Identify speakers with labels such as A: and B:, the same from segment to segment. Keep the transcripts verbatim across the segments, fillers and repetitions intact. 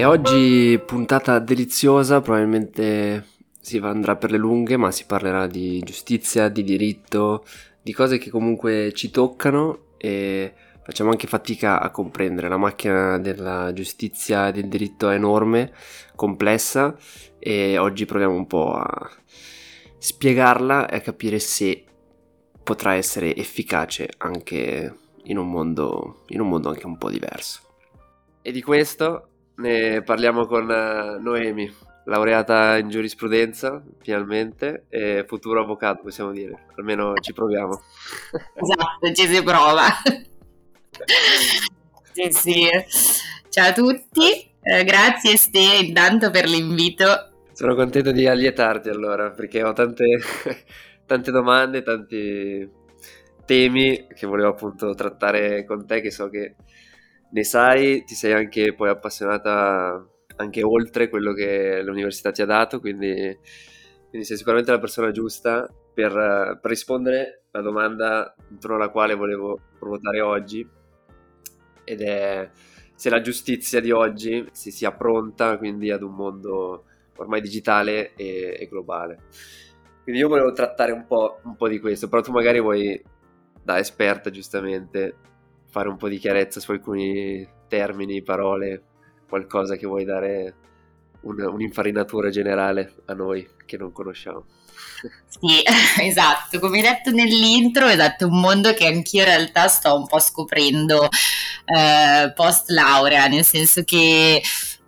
A: E oggi puntata deliziosa, probabilmente si andrà per le lunghe, ma si parlerà di giustizia, di diritto, di cose che comunque ci toccano e facciamo anche fatica a comprendere. La macchina della giustizia e del diritto è enorme, complessa e oggi proviamo un po' a spiegarla e a capire se potrà essere efficace anche in un mondo, in un mondo anche un po' diverso. E di questo ne parliamo con eh, Noemi, laureata in giurisprudenza, finalmente, e futuro avvocato, possiamo dire. Almeno ci proviamo.
B: Esatto, ci si prova. Sì, sì. Ciao a tutti, eh, grazie Ste intanto per l'invito.
A: Sono contento di allietarti allora, perché ho tante, tante domande, tanti temi che volevo appunto trattare con te, che so che ne sai, ti sei anche poi appassionata anche oltre quello che l'università ti ha dato, quindi, quindi sei sicuramente la persona giusta per, per rispondere alla domanda intorno alla quale volevo ruotare oggi, ed è se la giustizia di oggi si sia pronta quindi ad un mondo ormai digitale e, e globale. Quindi io volevo trattare un po', un po' di questo, però tu magari vuoi, da esperta giustamente, fare un po' di chiarezza su alcuni termini, parole, qualcosa che vuoi dare un, un'infarinatura generale a noi che non conosciamo.
B: Sì, esatto, come hai detto nell'intro, esatto, è un mondo che anch'io in realtà sto un po' scoprendo eh, post laurea, nel senso che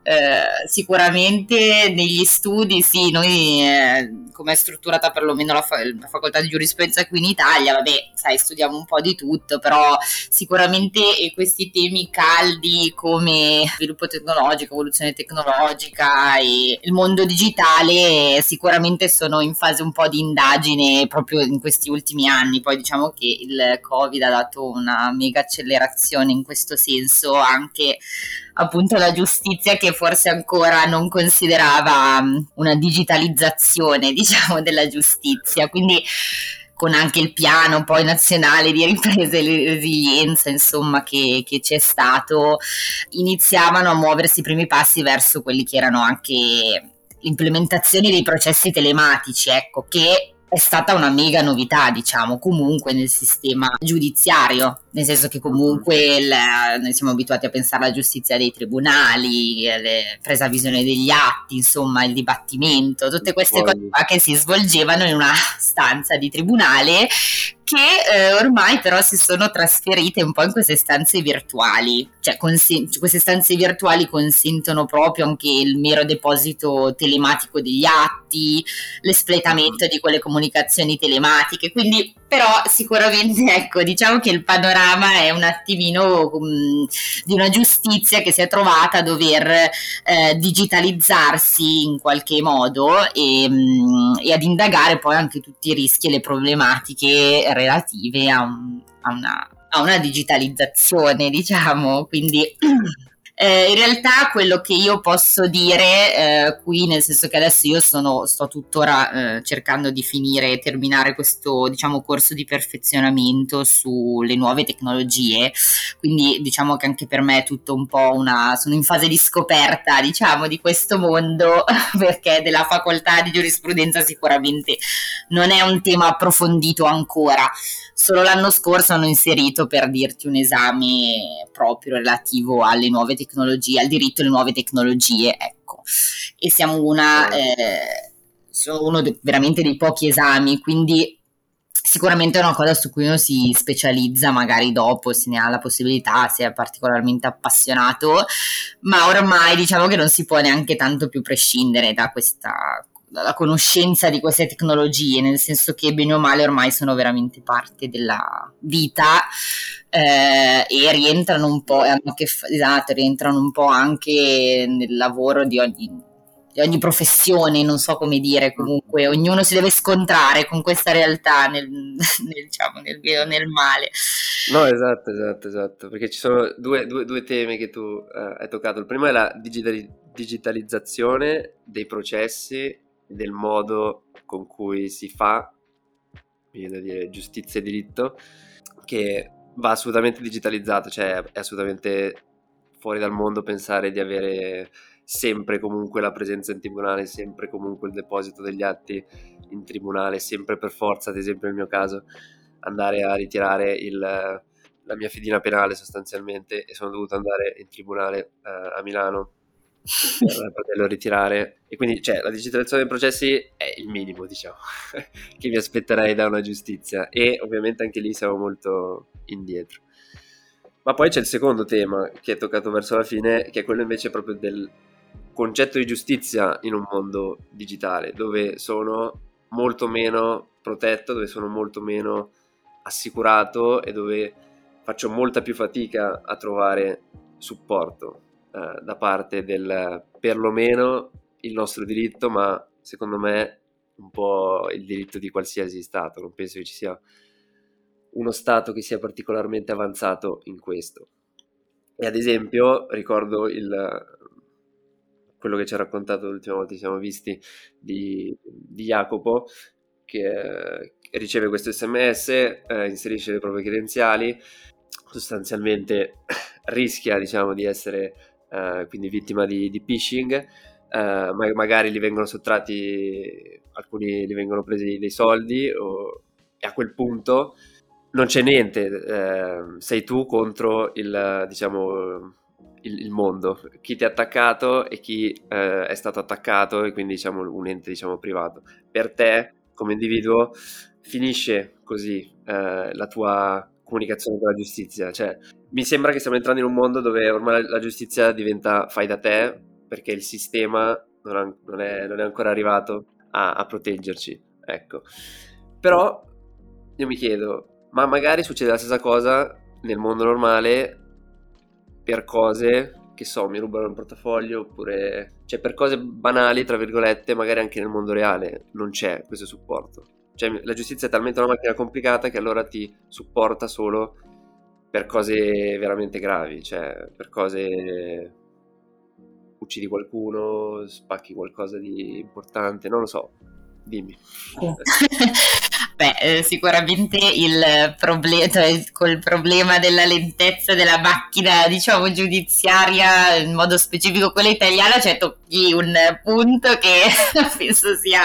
B: eh, sicuramente negli studi, sì, noi eh, come è strutturata perlomeno la, fa- la facoltà di giurisprudenza qui in Italia, vabbè, sai, studiamo un po' di tutto, però sicuramente eh, questi temi caldi come sviluppo tecnologico, evoluzione tecnologica e il mondo digitale sicuramente sono in fase un po' di indagine proprio in questi ultimi anni. Poi diciamo che il Covid ha dato una mega accelerazione in questo senso anche appunto alla giustizia, che forse ancora non considerava una digitalizzazione, diciamo, della giustizia. Quindi con anche il piano poi nazionale di ripresa e resilienza, insomma, che, che c'è stato, iniziavano a muoversi i primi passi verso quelli che erano anche l'implementazione dei processi telematici, ecco, che è stata una mega novità, diciamo, comunque nel sistema giudiziario, nel senso che comunque il, noi siamo abituati a pensare alla giustizia dei tribunali, la presa visione degli atti, insomma, il dibattimento, tutte queste cose qua che si svolgevano in una stanza di tribunale, che eh, ormai però si sono trasferite un po' in queste stanze virtuali, cioè consen- queste stanze virtuali consentono proprio anche il mero deposito telematico degli atti, l'espletamento di quelle comunicazioni telematiche, quindi però sicuramente ecco, diciamo che il panorama è un attimino um, di una giustizia che si è trovata a dover eh, digitalizzarsi in qualche modo e, um, e ad indagare poi anche tutti i rischi e le problematiche relative a, un, a, una, a una digitalizzazione, diciamo, quindi Eh, in realtà quello che io posso dire eh, qui, nel senso che adesso io sono, sto tuttora eh, cercando di finire e terminare questo, diciamo, corso di perfezionamento sulle nuove tecnologie, quindi diciamo che anche per me è tutto un po' una, sono in fase di scoperta, diciamo, di questo mondo, perché della facoltà di giurisprudenza sicuramente non è un tema approfondito ancora. Solo l'anno scorso hanno inserito, per dirti, un esame proprio relativo alle nuove tecnologie, al diritto alle nuove tecnologie, ecco. E siamo una, eh, sono uno de- veramente dei pochi esami, quindi sicuramente è una cosa su cui uno si specializza magari dopo, se ne ha la possibilità, se è particolarmente appassionato, ma ormai diciamo che non si può neanche tanto più prescindere da questa la conoscenza di queste tecnologie, nel senso che bene o male ormai sono veramente parte della vita eh, e rientrano un po', hanno che fa- esatto, rientrano un po' anche nel lavoro di ogni, di ogni professione, non so come dire, comunque ognuno si deve scontrare con questa realtà nel, nel, diciamo, nel bene o nel male.
A: No, esatto, esatto, esatto, perché ci sono due, due, due temi che tu eh, hai toccato. Il primo è la digitali- digitalizzazione dei processi, del modo con cui si fa, mi viene da dire, giustizia e diritto, che va assolutamente digitalizzato, cioè è assolutamente fuori dal mondo pensare di avere sempre comunque la presenza in tribunale, sempre comunque il deposito degli atti in tribunale, sempre per forza, ad esempio nel mio caso, andare a ritirare il, la mia fedina penale sostanzialmente, e sono dovuto andare in tribunale uh, a Milano per poterlo ritirare, e quindi cioè, la digitalizzazione dei processi è il minimo, diciamo, che mi aspetterei da una giustizia, e ovviamente anche lì siamo molto indietro. Ma poi c'è il secondo tema che è toccato verso la fine, che è quello invece proprio del concetto di giustizia in un mondo digitale, dove sono molto meno protetto, dove sono molto meno assicurato e dove faccio molta più fatica a trovare supporto eh, da parte del, perlomeno, il nostro diritto, ma secondo me un po' il diritto di qualsiasi stato. Non penso che ci sia uno stato che sia particolarmente avanzato in questo. E ad esempio ricordo il, quello che ci ha raccontato l'ultima volta che ci siamo visti di, di Jacopo, che eh, riceve questo sms, eh, inserisce le proprie credenziali, sostanzialmente rischia, diciamo, di essere eh, quindi vittima di, di phishing, eh, ma magari gli vengono sottratti, alcuni gli vengono presi dei soldi, o, e a quel punto non c'è niente, eh, sei tu contro il, diciamo, il, il mondo, chi ti ha attaccato e chi eh, è stato attaccato, e quindi diciamo un ente, diciamo, privato. Per te come individuo finisce così eh, la tua comunicazione con la giustizia. Cioè, mi sembra che stiamo entrando in un mondo dove ormai la giustizia diventa fai da te, perché il sistema non, ha, non, è, non è ancora arrivato a, a proteggerci, ecco. Però io mi chiedo, ma magari succede la stessa cosa nel mondo normale per cose, che so, mi rubano il portafoglio, oppure, cioè, per cose banali, tra virgolette, magari anche nel mondo reale non c'è questo supporto. Cioè, la giustizia è talmente una macchina complicata che allora ti supporta solo per cose veramente gravi, cioè per cose, uccidi qualcuno, spacchi qualcosa di importante, non lo so, dimmi.
B: Beh, eh, sicuramente il problema, cioè, col problema della lentezza della macchina, diciamo, giudiziaria, in modo specifico quella italiana, cioè tocchi un punto che penso sia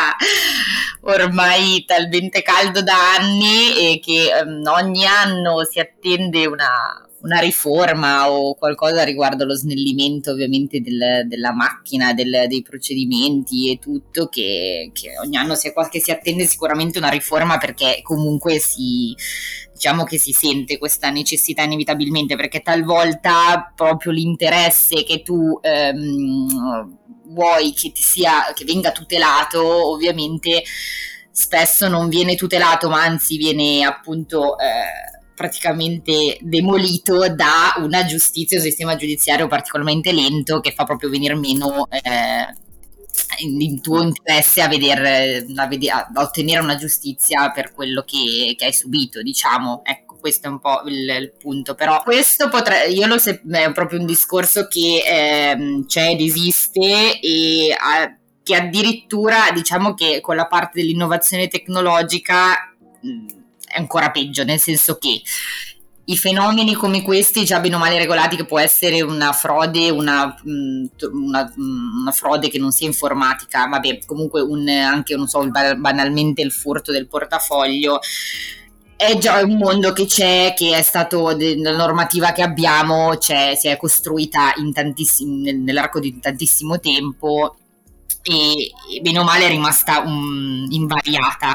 B: ormai talmente caldo da anni, e che um, ogni anno si attende una, una riforma o qualcosa riguardo lo snellimento, ovviamente, del, della macchina, del, dei procedimenti e tutto, che, che ogni anno si, che si attende sicuramente una riforma, perché comunque si, diciamo che si sente questa necessità inevitabilmente, perché talvolta proprio l'interesse che tu ehm, vuoi che ti sia, che venga tutelato, ovviamente spesso non viene tutelato, ma anzi viene appunto eh, praticamente demolito da una giustizia, un sistema giudiziario particolarmente lento, che fa proprio venir meno eh, il tuo interesse a veder, a, veder, a ottenere una giustizia per quello che, che hai subito, diciamo. Ecco, questo è un po' il, il punto. Però questo potrei, io lo so, è proprio un discorso che eh, c'è ed esiste, e a, che addirittura, diciamo che con la parte dell'innovazione tecnologica mh, è ancora peggio, nel senso che i fenomeni come questi, già bene o male regolati, che può essere una frode, una, una, una frode che non sia informatica, vabbè, comunque un, anche, non so, banalmente il furto del portafoglio, è già un mondo che c'è, che è stato, la normativa che abbiamo, cioè, si è costruita in tantissimi, nell'arco di tantissimo tempo, e, e bene o male è rimasta um, invariata.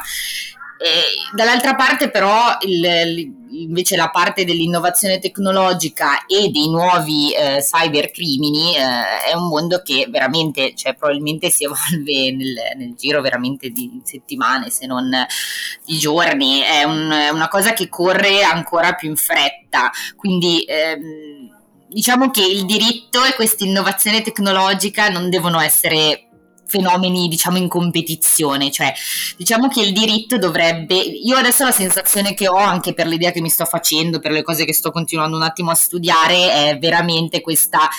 B: E dall'altra parte però il, invece la parte dell'innovazione tecnologica e dei nuovi eh, cybercrimini eh, è un mondo che veramente, cioè, probabilmente si evolve nel, nel giro veramente di settimane, se non di giorni. È, un, è una cosa che corre ancora più in fretta, quindi ehm, diciamo che il diritto e questa innovazione tecnologica non devono essere fenomeni, diciamo, in competizione. Cioè, diciamo che il diritto dovrebbe, io adesso la sensazione che ho, anche per l'idea che mi sto facendo, per le cose che sto continuando un attimo a studiare, è veramente questa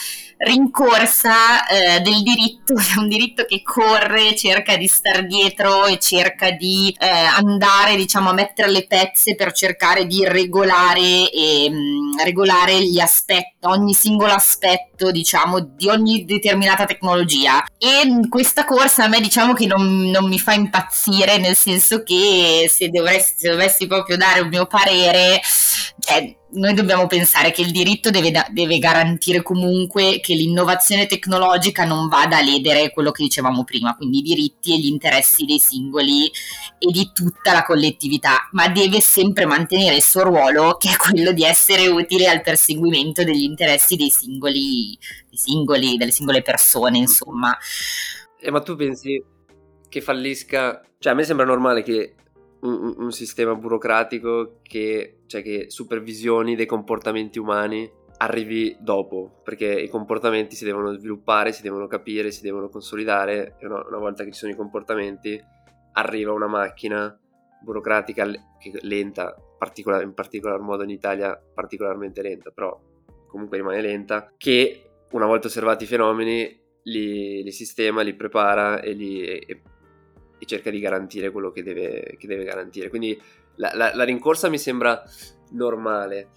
B: rincorsa eh, del diritto, è un diritto che corre, cerca di star dietro e cerca di eh, andare, diciamo, a mettere le pezze per cercare di regolare e mh, regolare gli aspetti, ogni singolo aspetto diritto, diciamo, di ogni determinata tecnologia. E questa corsa a me, diciamo, che non, non mi fa impazzire, nel senso che se dovessi, se dovessi proprio dare un mio parere, cioè, noi dobbiamo pensare che il diritto deve, da- deve garantire comunque che l'innovazione tecnologica non vada a ledere quello che dicevamo prima, quindi i diritti e gli interessi dei singoli e di tutta la collettività, ma deve sempre mantenere il suo ruolo, che è quello di essere utile al perseguimento degli interessi dei singoli, dei singoli, delle singole persone, insomma.
A: Eh, ma tu pensi che fallisca? Cioè, a me sembra normale che un, un- un sistema burocratico che, cioè, che supervisioni dei comportamenti umani arrivi dopo, perché i comportamenti si devono sviluppare, si devono capire, si devono consolidare, e una, una volta che ci sono i comportamenti arriva una macchina burocratica le- che lenta, particolar- in particolar modo in Italia particolarmente lenta, però comunque rimane lenta, che una volta osservati i fenomeni li, li sistema, li prepara e, li, e, e cerca di garantire quello che deve, che deve garantire. Quindi la, la, la rincorsa mi sembra normale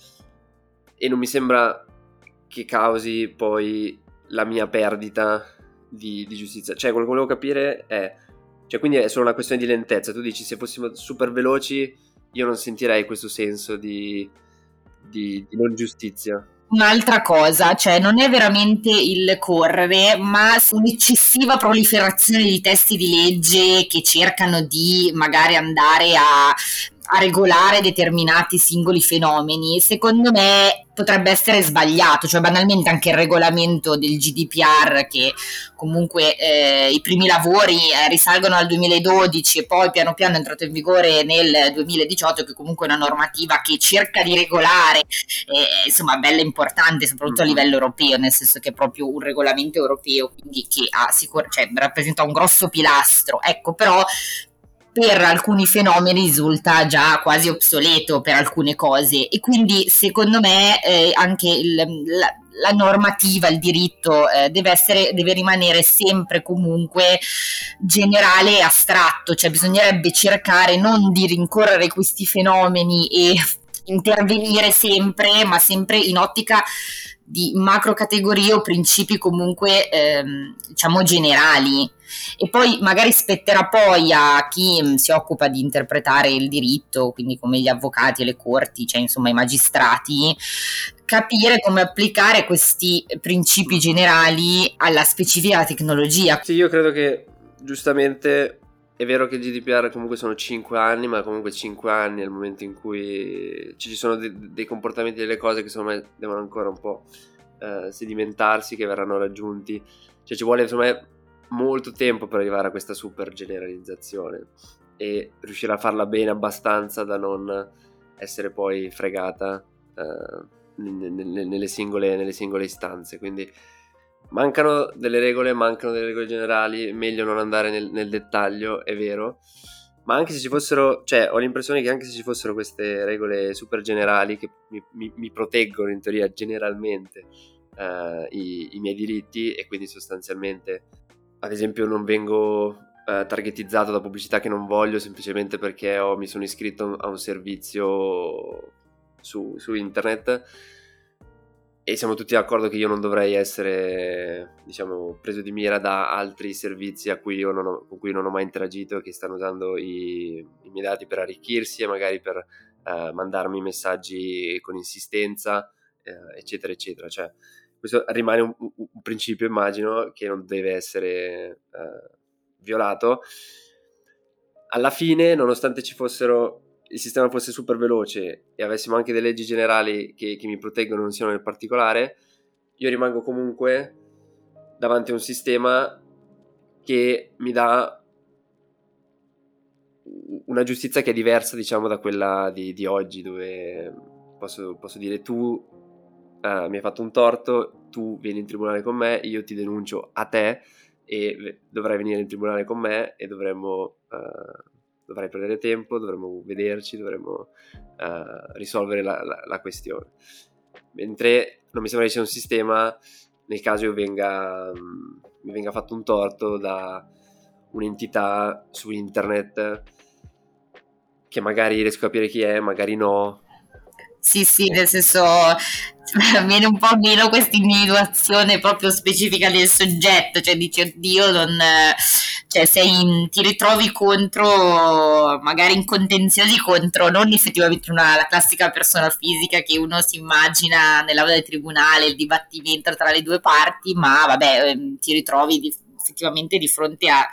A: e non mi sembra che causi poi la mia perdita di, di giustizia. Cioè, quello che volevo capire è, cioè, quindi è solo una questione di lentezza. Tu dici, se fossimo super veloci io non sentirei questo senso di, di, di non giustizia.
B: Un'altra cosa, cioè non è veramente il correre, ma un'eccessiva proliferazione di testi di legge che cercano di magari andare a, a regolare determinati singoli fenomeni, secondo me potrebbe essere sbagliato, cioè banalmente anche il regolamento del G D P R, che comunque eh, i primi lavori eh, risalgono al duemiladodici e poi piano piano è entrato in vigore nel duemiladiciotto, che comunque è una normativa che cerca di regolare, eh, insomma bella importante soprattutto a livello europeo, nel senso che è proprio un regolamento europeo, quindi che ha sicur- cioè, rappresenta un grosso pilastro, ecco, però per alcuni fenomeni risulta già quasi obsoleto per alcune cose, e quindi secondo me eh, anche il, la, la normativa, il diritto eh, deve essere, deve rimanere sempre comunque generale e astratto, cioè bisognerebbe cercare non di rincorrere questi fenomeni e intervenire sempre, ma sempre in ottica di macro categorie o principi comunque ehm, diciamo generali. E poi magari spetterà poi a chi mh, si occupa di interpretare il diritto, quindi come gli avvocati e le corti, cioè insomma i magistrati, capire come applicare questi principi generali alla specifica tecnologia.
A: Sì, io credo che giustamente è vero che il G D P R comunque sono cinque anni, ma comunque cinque anni è il momento in cui ci sono de- dei comportamenti, delle cose che secondo me devono ancora un po' eh, sedimentarsi, che verranno raggiunti. Cioè ci vuole secondo me molto tempo per arrivare a questa super generalizzazione e riuscire a farla bene abbastanza da non essere poi fregata eh, n- n- nelle singole, nelle singole istanze. Quindi mancano delle regole, mancano delle regole generali, meglio non andare nel, nel dettaglio, è vero, ma anche se ci fossero, cioè ho l'impressione che anche se ci fossero queste regole super generali che mi, mi, mi proteggono in teoria generalmente eh, i, i miei diritti, e quindi sostanzialmente ad esempio non vengo eh, targetizzato da pubblicità che non voglio semplicemente perché ho, mi sono iscritto a un servizio su, su internet, e siamo tutti d'accordo che io non dovrei essere, diciamo, preso di mira da altri servizi a cui io non ho, con cui non ho mai interagito e che stanno usando i, i miei dati per arricchirsi e magari per eh, mandarmi messaggi con insistenza, eh, eccetera eccetera. Cioè questo rimane un, un, un principio, immagino, che non deve essere eh, violato. Alla fine, nonostante ci fossero, il sistema fosse super veloce e avessimo anche delle leggi generali che, che mi proteggono, non siano nel particolare, io rimango comunque davanti a un sistema che mi dà una giustizia che è diversa, diciamo, da quella di, di oggi, dove posso, posso dire tu uh, mi hai fatto un torto, tu vieni in tribunale con me, io ti denuncio a te e dovrai venire in tribunale con me e dovremmo uh, dovrai prendere tempo, dovremmo vederci, dovremmo uh, risolvere la, la, la questione. Mentre non mi sembra che sia un sistema, nel caso io venga um, mi venga fatto un torto da un'entità su internet che magari riesco a capire chi è, magari no,
B: Sì, sì, nel senso viene un po' meno questa individuazione proprio specifica del soggetto, cioè dici oddio, non, cioè sei in- ti ritrovi contro, magari in contenziosi contro non effettivamente una, la classica persona fisica che uno si immagina nell'aula del tribunale, il dibattimento tra le due parti, ma vabbè, ehm, ti ritrovi di- effettivamente di fronte a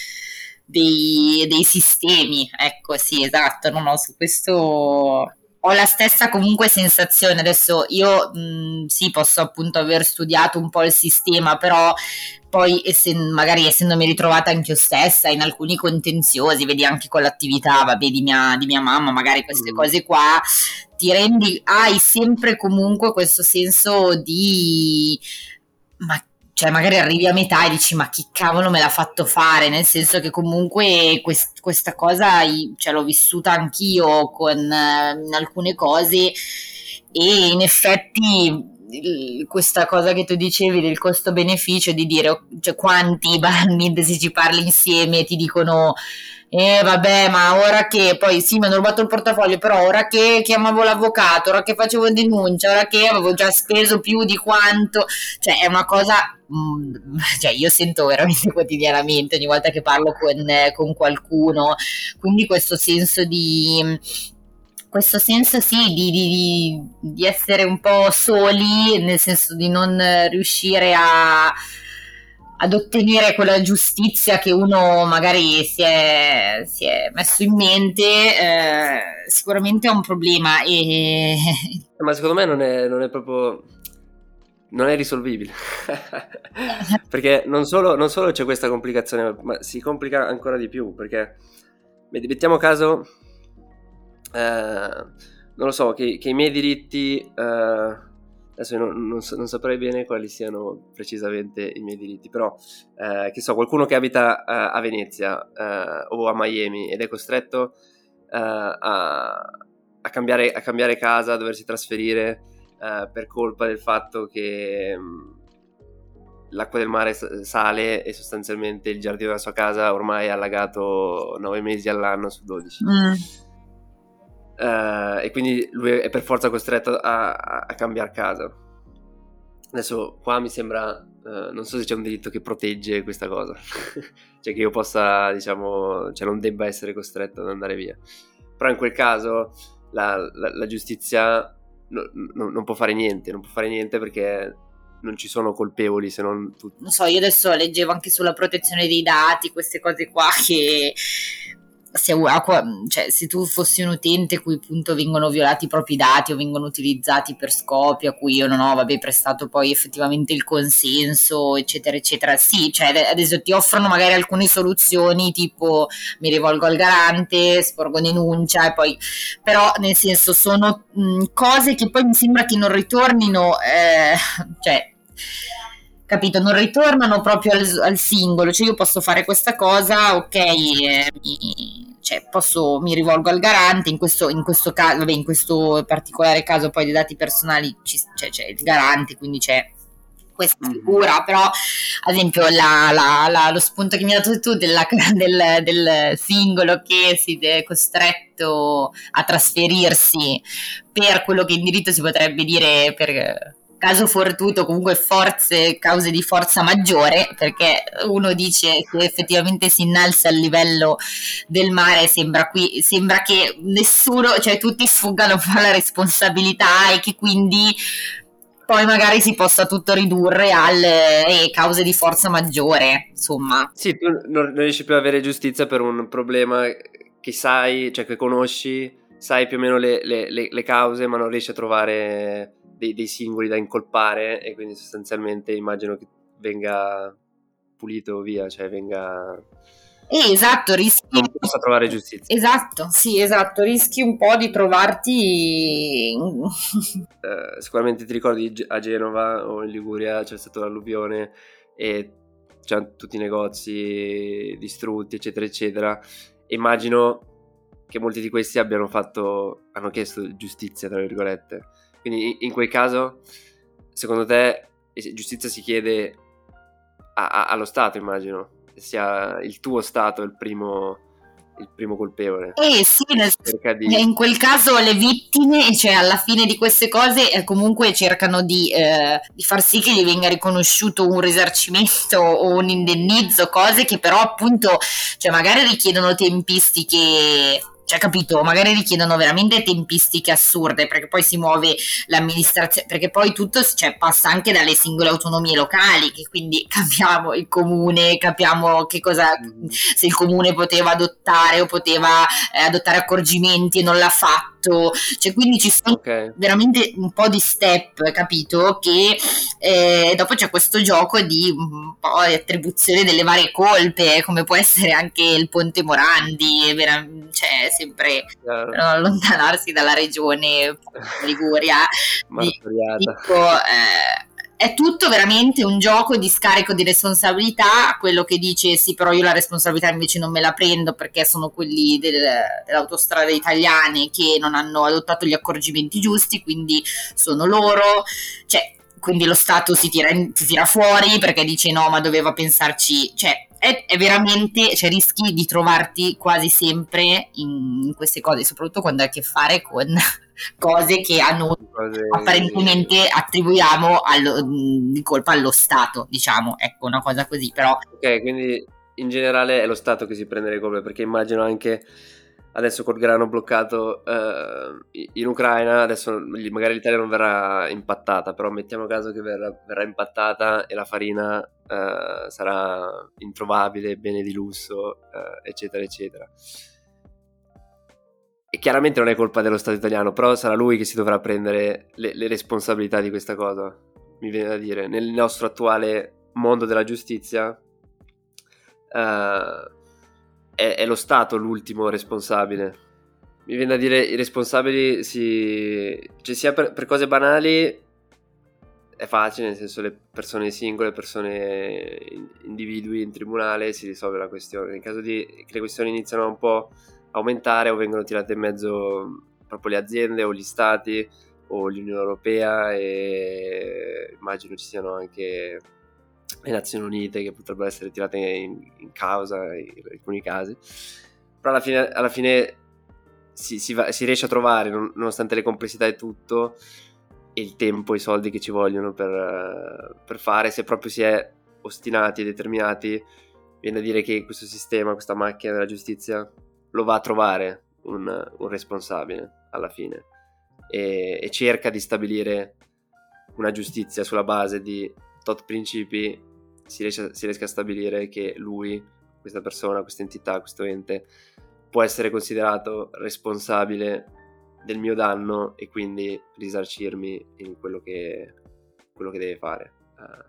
B: dei, dei sistemi, ecco, sì, esatto, no, no, su questo ho la stessa comunque sensazione. Adesso io mh, sì, posso appunto aver studiato un po' il sistema, però poi essen- magari essendomi ritrovata anche io stessa in alcuni contenziosi, vedi anche con l'attività, vabbè, di mia, di mia mamma, magari queste
A: Mm.
B: cose qua, ti rendi, hai sempre comunque questo senso di... Ma cioè magari arrivi a metà e dici ma chi cavolo me l'ha fatto fare, nel senso che comunque quest- questa cosa i- cioè, l'ho vissuta anch'io con eh, in alcune cose e in effetti il- questa cosa che tu dicevi del costo-beneficio di dire oh, cioè, quanti banalmente se ci parli insieme ti dicono eh vabbè, ma ora che poi sì, mi hanno rubato il portafoglio, però ora che chiamavo l'avvocato, ora che facevo denuncia, ora che avevo già speso più di quanto, cioè è una cosa, mm, cioè io sento veramente quotidianamente ogni volta che parlo con, eh, con qualcuno, quindi questo senso di, questo senso sì, di, di- di essere un po' soli, nel senso di non riuscire a, ad ottenere quella giustizia che uno magari si è, si è messo in mente, eh, sicuramente è un problema e
A: Ma secondo me non è, non è proprio... non è risolvibile. Perché non solo, non solo c'è questa complicazione, ma si complica ancora di più, perché mettiamo caso, eh, non lo so, che, che i miei diritti, eh, adesso non, non, so- non saprei bene quali siano precisamente i miei diritti, però eh, che so, qualcuno che abita eh, a Venezia eh, o a Miami ed è costretto eh, a, a cambiare, a cambiare casa, a doversi trasferire eh, per colpa del fatto che mh, l'acqua del mare s- sale e sostanzialmente il giardino della sua casa ormai è allagato nove mesi all'anno su dodici.
B: mm,
A: Eh, e quindi lui è per forza costretto a, a, a cambiare casa. Adesso qua mi sembra, eh, non so se c'è un diritto che protegge questa cosa, cioè che io possa, diciamo, cioè non debba essere costretto ad andare via. Però in quel caso la, la, la giustizia no- no- non può fare niente, non può fare niente perché non ci sono colpevoli se non tu.
B: non so, io adesso leggevo anche sulla protezione dei dati, queste cose qua che se, cioè, se tu fossi un utente a cui appunto vengono violati i propri dati o vengono utilizzati per scopi a cui io non ho vabbè, prestato poi effettivamente il consenso, eccetera, eccetera. Sì, cioè adesso ti offrono magari alcune soluzioni tipo mi rivolgo al garante, sporgo denuncia e poi però nel senso sono mh, cose che poi mi sembra che non ritornino, eh, cioè capito, non ritornano proprio al, al singolo, cioè io posso fare questa cosa, ok, eh, mi, cioè posso, mi rivolgo al garante, in questo, in questo caso, vabbè, in questo particolare caso poi dei dati personali ci, c'è, c'è il garante, quindi c'è questa
A: Mhm.
B: figura, però ad esempio la, la, la, lo spunto che mi hai dato tu della, del, del singolo che si è costretto a trasferirsi per quello che in diritto si potrebbe dire per caso fortuito, comunque forze, cause di forza maggiore, perché uno dice se effettivamente si innalza il livello del mare sembra qui sembra che nessuno, cioè tutti sfuggano per la responsabilità e che quindi poi magari si possa tutto ridurre alle eh, cause di forza maggiore, insomma.
A: Sì, tu non non riesci più ad avere giustizia per un problema che sai, cioè che conosci, sai più o meno le, le- le- le cause, ma non riesci a trovare dei, dei singoli da incolpare e quindi sostanzialmente immagino che venga pulito via, cioè venga...
B: Eh, esatto, rischi.
A: non possa trovare giustizia.
B: Esatto, sì, esatto, rischi un po' di trovarti.
A: Eh, sicuramente ti ricordi Ge- a Genova o in Liguria c'è stato l'alluvione e c'erano tutti i negozi distrutti, eccetera, eccetera. Immagino che molti di questi abbiano fatto, hanno chiesto giustizia, tra virgolette. Quindi in, in quel caso, secondo te, eh, giustizia si chiede a- a- allo Stato, immagino, sia il tuo Stato il primo il primo colpevole.
B: Eh sì, nel,
A: di...
B: in quel caso le vittime, cioè alla fine di queste cose, eh, comunque cercano di, eh, di far sì che gli venga riconosciuto un risarcimento o un indennizzo, cose che però appunto, cioè magari richiedono tempistiche, cioè capito, magari richiedono veramente tempistiche assurde, perché poi si muove l'amministrazione, perché poi tutto, cioè, passa anche dalle singole autonomie locali, che quindi capiamo il comune, capiamo che cosa, mm-hmm. se il comune poteva adottare o poteva eh, adottare accorgimenti e non l'ha fatto, cioè quindi ci sono okay. veramente un po' di step, capito, che eh, dopo c'è questo gioco di un po' di attribuzione delle varie colpe, come può essere anche il Ponte Morandi, vera- cioè sempre claro. Per non allontanarsi dalla regione Liguria. Dico, eh, è tutto veramente un gioco di scarico di responsabilità, quello che dice sì però io la responsabilità invece non me la prendo perché sono quelli del, dell'autostrada italiane che non hanno adottato gli accorgimenti giusti, quindi sono loro, cioè quindi lo Stato si tira, si tira fuori perché dice no ma doveva pensarci, cioè è, è veramente, cioè rischi di trovarti quasi sempre in queste cose, soprattutto quando hai a che fare con cose che a noi cose... apparentemente attribuiamo allo, di colpa allo Stato, diciamo, ecco una cosa così, però
A: ok, quindi in generale è lo Stato che si prende le colpe, perché immagino anche adesso col grano bloccato eh, in Ucraina, adesso magari l'Italia non verrà impattata, però mettiamo caso che verrà, verrà impattata e la farina eh, sarà introvabile, bene di lusso, eh, eccetera, eccetera. E chiaramente non è colpa dello Stato italiano, però sarà lui che si dovrà prendere le, le responsabilità di questa cosa, mi viene da dire. Nel nostro attuale mondo della giustizia eh, È, è lo Stato l'ultimo responsabile. Mi viene da dire i responsabili si... cioè sia per, per cose banali è facile, nel senso le persone singole, persone individui in tribunale si risolve la questione. Nel caso di che le questioni iniziano un po' a aumentare o vengono tirate in mezzo proprio le aziende o gli stati o l'Unione Europea, e immagino ci siano anche le Nazioni Unite che potrebbero essere tirate in, in causa in alcuni casi, però alla fine, alla fine si, si, va, si riesce a trovare, non, nonostante le complessità e tutto, e il tempo, i soldi che ci vogliono per, per fare, se proprio si è ostinati e determinati, viene a dire che questo sistema, questa macchina della giustizia lo va a trovare un, un responsabile alla fine e, e cerca di stabilire una giustizia sulla base di tot principi, si riesce, si riesca a stabilire che lui, questa persona, questa entità, questo ente può essere considerato responsabile del mio danno e quindi risarcirmi in quello che, quello che deve fare. Uh,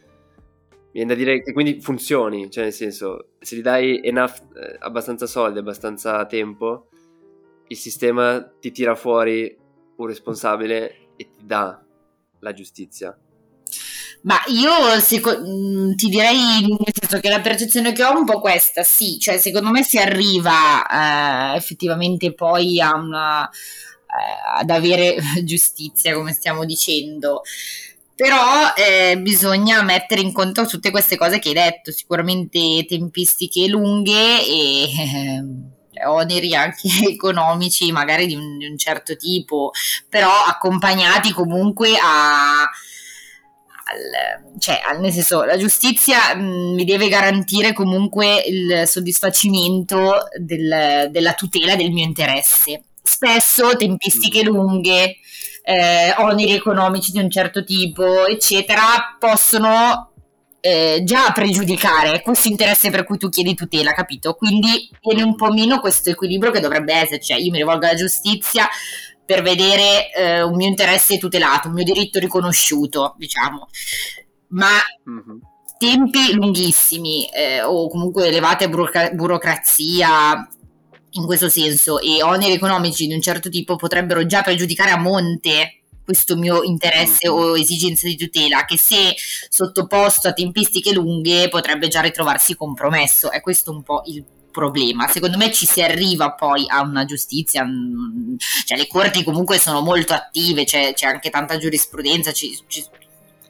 A: mi viene da dire che quindi funzioni, cioè nel senso, se gli dai enough, eh, abbastanza soldi, abbastanza tempo, il sistema ti tira fuori un responsabile e ti dà la giustizia.
B: Ma io seco- ti direi, nel senso che la percezione che ho è un po' questa, sì, cioè secondo me si arriva eh, effettivamente poi a una, eh, ad avere giustizia, come stiamo dicendo, però eh, bisogna mettere in conto tutte queste cose che hai detto, sicuramente tempistiche lunghe e eh, oneri anche economici magari di un, di un certo tipo, però accompagnati comunque a... Al, cioè, nel senso, la giustizia mh, mi deve garantire comunque il soddisfacimento del, della tutela del mio interesse. Spesso tempistiche lunghe, eh, oneri economici di un certo tipo, eccetera, possono eh, già pregiudicare questo interesse per cui tu chiedi tutela, capito? Quindi viene un po' meno questo equilibrio che dovrebbe essere, cioè io mi rivolgo alla giustizia per vedere eh, un mio interesse tutelato, un mio diritto riconosciuto, diciamo, ma mm-hmm. tempi lunghissimi eh, o comunque elevate burocra- burocrazia in questo senso e oneri economici di un certo tipo potrebbero già pregiudicare a monte questo mio interesse mm-hmm. o esigenza di tutela, che se sottoposto a tempistiche lunghe potrebbe già ritrovarsi compromesso. È questo un po' il problema. Secondo me ci si arriva poi a una giustizia, cioè le corti comunque sono molto attive, c'è, c'è anche tanta giurisprudenza, ci, ci,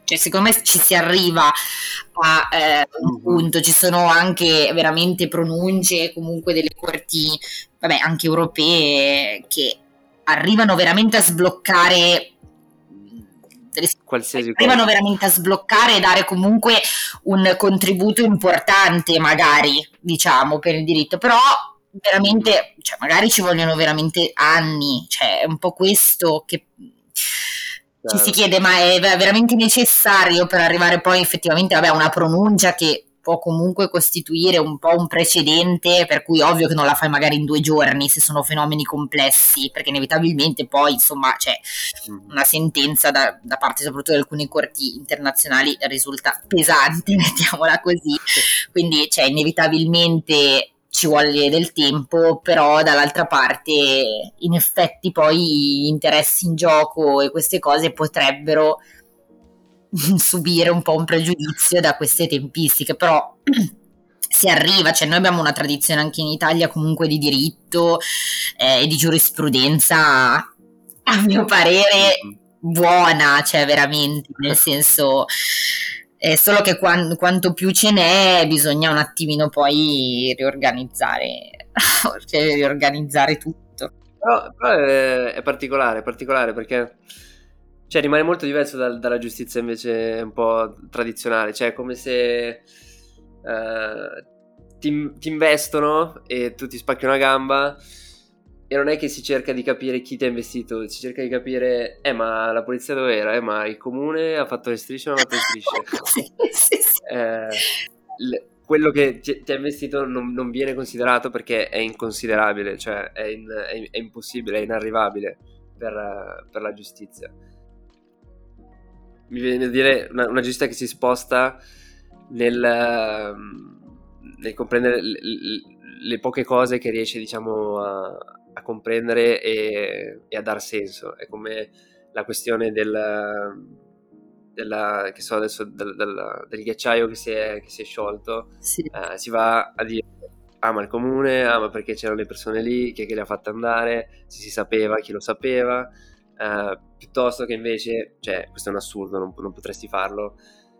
B: cioè secondo me ci si arriva a eh, un punto, ci sono anche veramente pronunce comunque delle corti, vabbè, anche europee, che arrivano veramente a sbloccare
A: qualsiasi
B: arrivano
A: cosa.
B: veramente a sbloccare e dare comunque un contributo importante, magari, diciamo, per il diritto, però veramente, cioè, magari ci vogliono veramente anni, cioè è un po' questo che ci si chiede, ma è veramente necessario per arrivare poi effettivamente, vabbè, a una pronuncia che può comunque costituire un po' un precedente, per cui ovvio che non la fai magari in due giorni se sono fenomeni complessi, perché inevitabilmente poi insomma c'è una sentenza da, da parte soprattutto di alcune corti internazionali risulta pesante, mettiamola così, quindi cioè inevitabilmente ci vuole del tempo, però dall'altra parte in effetti poi gli interessi in gioco e queste cose potrebbero subire un po' un pregiudizio da queste tempistiche, però si arriva, cioè noi abbiamo una tradizione anche in Italia comunque di diritto eh, e di giurisprudenza, a mio parere buona, cioè veramente, nel senso è solo che quan- quanto più ce n'è bisogna un attimino poi riorganizzare cioè riorganizzare tutto.
A: Però, però è, è particolare, è particolare perché cioè rimane molto diverso dal, dalla giustizia invece un po' tradizionale, cioè è come se eh, ti, ti investono e tu ti spacchi una gamba e non è che si cerca di capire chi ti ha investito, si cerca di capire eh ma la polizia dove era, eh ma il comune ha fatto le strisce o non ha fatto le strisce.
B: sì, sì, sì.
A: Eh, le, quello che ti, ti ha investito non, non viene considerato perché è inconsiderabile, cioè è, in, è, è impossibile, è inarrivabile per, per la giustizia. Mi viene a dire una, una giustizia che si sposta nel, nel comprendere le, le poche cose che riesce, diciamo, a, a comprendere e, e a dar senso. È come la questione del, della, che so adesso, del, del, del ghiacciaio che si è, che si è sciolto.
B: Sì.
A: Eh, si va a dire ah ma il comune, ah ma perché c'erano le persone lì, chi è che le ha fatte andare, se si sapeva, chi lo sapeva. Uh, piuttosto che invece, cioè questo è un assurdo, non, non potresti farlo,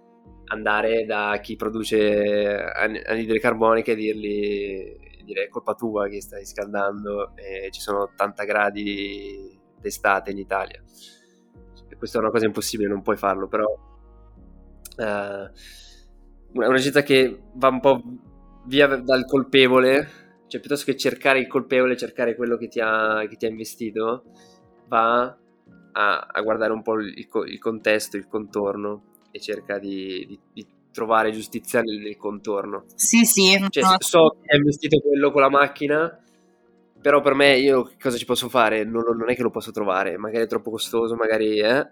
A: andare da chi produce anidride carbonica e dirgli dire è colpa tua che stai scaldando e ci sono ottanta gradi d'estate in Italia. Questa è una cosa impossibile, non puoi farlo, però uh, è una scelta che va un po' via dal colpevole, cioè piuttosto che cercare il colpevole, cercare quello che ti ha, che ti ha investito, va A, a guardare un po' il, il contesto, il contorno e cerca di, di, di trovare giustizia nel, nel contorno.
B: Sì, sì.
A: Cioè,
B: No.
A: so che hai investito quello con la macchina, però per me io cosa ci posso fare? Non, non è che lo posso trovare, magari è troppo costoso, magari eh.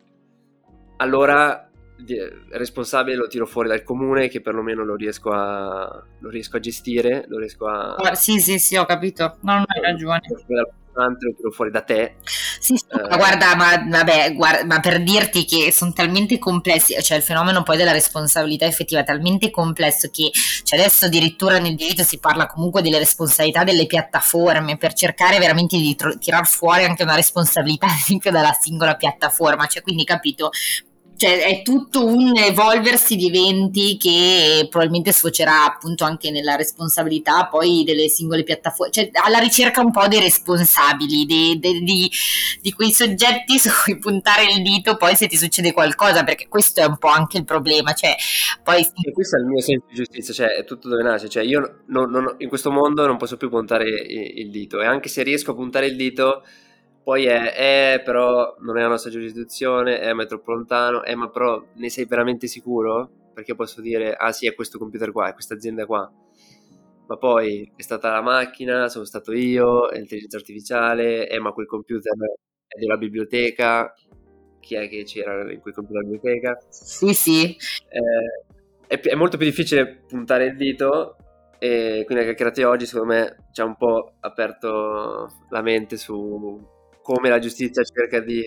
A: Allora il responsabile lo tiro fuori dal comune che perlomeno lo riesco a lo riesco a gestire, lo riesco a
B: oh, sì, sì, sì, ho capito. No, non hai ragione.
A: Lo tiro fuori da te.
B: Sì, sì, eh. ma guarda, ma vabbè, guarda, ma per dirti che sono talmente complessi, cioè il fenomeno poi della responsabilità effettiva è talmente complesso che cioè adesso addirittura nel diritto si parla comunque delle responsabilità delle piattaforme per cercare veramente di tro- tirar fuori anche una responsabilità ad esempio dalla singola piattaforma, cioè quindi capito. Cioè è tutto un evolversi di eventi che probabilmente sfocerà appunto anche nella responsabilità poi delle singole piattaforme, cioè alla ricerca un po' dei responsabili, di, di, di, di quei soggetti su cui puntare il dito poi se ti succede qualcosa, perché questo è un po' anche il problema, cioè poi...
A: E questo è il mio senso di giustizia, cioè è tutto dove nasce, cioè io non, non, in questo mondo non posso più puntare il, il dito e anche se riesco a puntare il dito poi è, eh, però non è la nostra giurisdizione, eh, ma è troppo lontano, eh, ma però ne sei veramente sicuro? Perché posso dire, ah sì, è questo computer qua, è questa azienda qua, ma poi è stata la macchina, sono stato io, è l'intelligenza artificiale, eh, ma quel computer è della biblioteca, chi è che c'era in quel computer della biblioteca?
B: Sì, sì.
A: Eh, è, è molto più difficile puntare il dito e quindi la chiacchierata oggi secondo me ci ha un po' aperto la mente su come la giustizia cerca di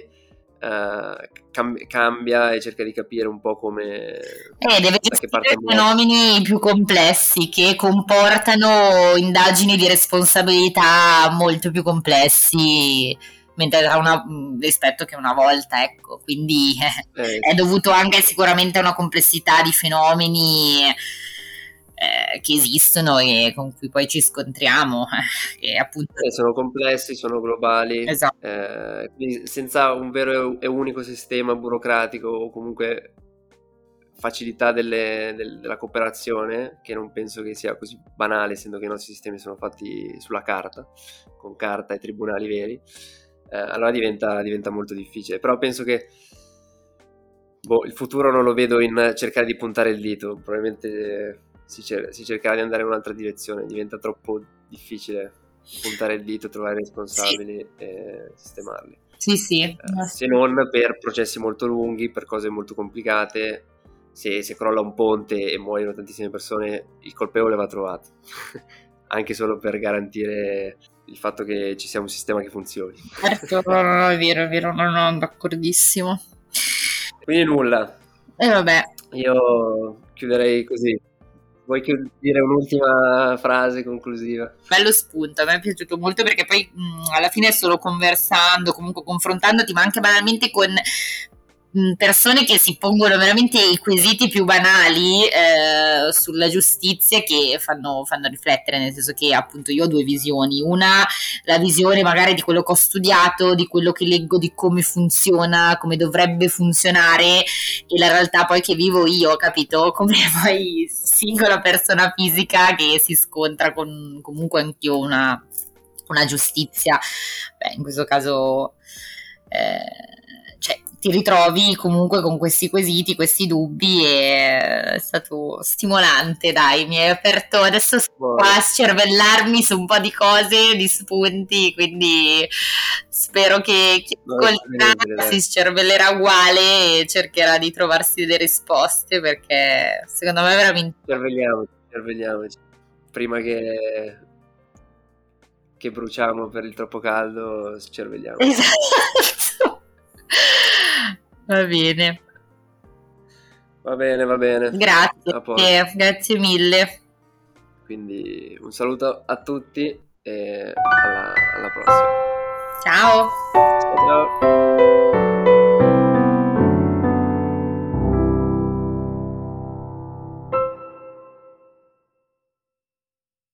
A: uh, cam- cambia e cerca di capire un po' come
B: eh, deve gestire fenomeni più complessi che comportano indagini di responsabilità molto più complessi, mentre da una, rispetto che una volta, ecco, quindi
A: Eh,
B: è dovuto anche sicuramente a una complessità di fenomeni eh, che esistono e con cui poi ci scontriamo, e appunto
A: eh, sono complessi, sono globali,
B: esatto.
A: eh, quindi senza un vero e unico sistema burocratico o comunque facilità delle- del- della cooperazione, che non penso che sia così banale, essendo che i nostri sistemi sono fatti sulla carta, con carta e tribunali veri, eh, allora diventa, diventa molto difficile. Però penso che boh, il futuro non lo vedo in cercare di puntare il dito, probabilmente si, cer- si cercherà di andare in un'altra direzione, diventa troppo difficile puntare il dito, trovare i
B: Sì,
A: responsabili e sistemarli.
B: sì, sì.
A: Eh, se non per processi molto lunghi, per cose molto complicate, se, se crolla un ponte e muoiono tantissime persone, il colpevole va trovato, anche solo per garantire il fatto che ci sia un sistema che funzioni.
B: Certo, no, no, no, è vero, è vero, no, no, d'accordissimo.
A: Quindi nulla,
B: E vabbè,
A: io chiuderei così. Vuoi chiud- dire un'ultima frase conclusiva?
B: bello spunto, a me è piaciuto molto perché poi mh, alla fine solo conversando, comunque confrontandoti, ma anche banalmente con mh, persone che si pongono veramente i quesiti più banali eh, sulla giustizia che fanno, fanno riflettere, nel senso che appunto io ho due visioni, una la visione magari di quello che ho studiato, di quello che leggo, di come funziona, come dovrebbe funzionare e la realtà poi che vivo io, capito? Come poi singola persona fisica che si scontra con comunque anch'io una, una giustizia, beh, in questo caso eh, cioè, ti ritrovi comunque con questi quesiti, questi dubbi e è stato stimolante, dai, mi hai aperto, adesso sto
A: Buono.
B: qua a scervellarmi su un po' di cose, di spunti, quindi spero che chi
A: No,
B: ascolterà
A: incredibile, dai.
B: si scervellerà uguale e cercherà di trovarsi delle risposte perché secondo me è veramente
A: Cervelliamoci, cervelliamoci. Prima che, che bruciamo per il troppo caldo, cervelliamoci.
B: esatto. Va bene,
A: Va bene, va bene. A posto.
B: grazie, grazie mille.
A: Quindi un saluto a tutti e alla, alla prossima.
B: Ciao.
A: Ciao, ciao.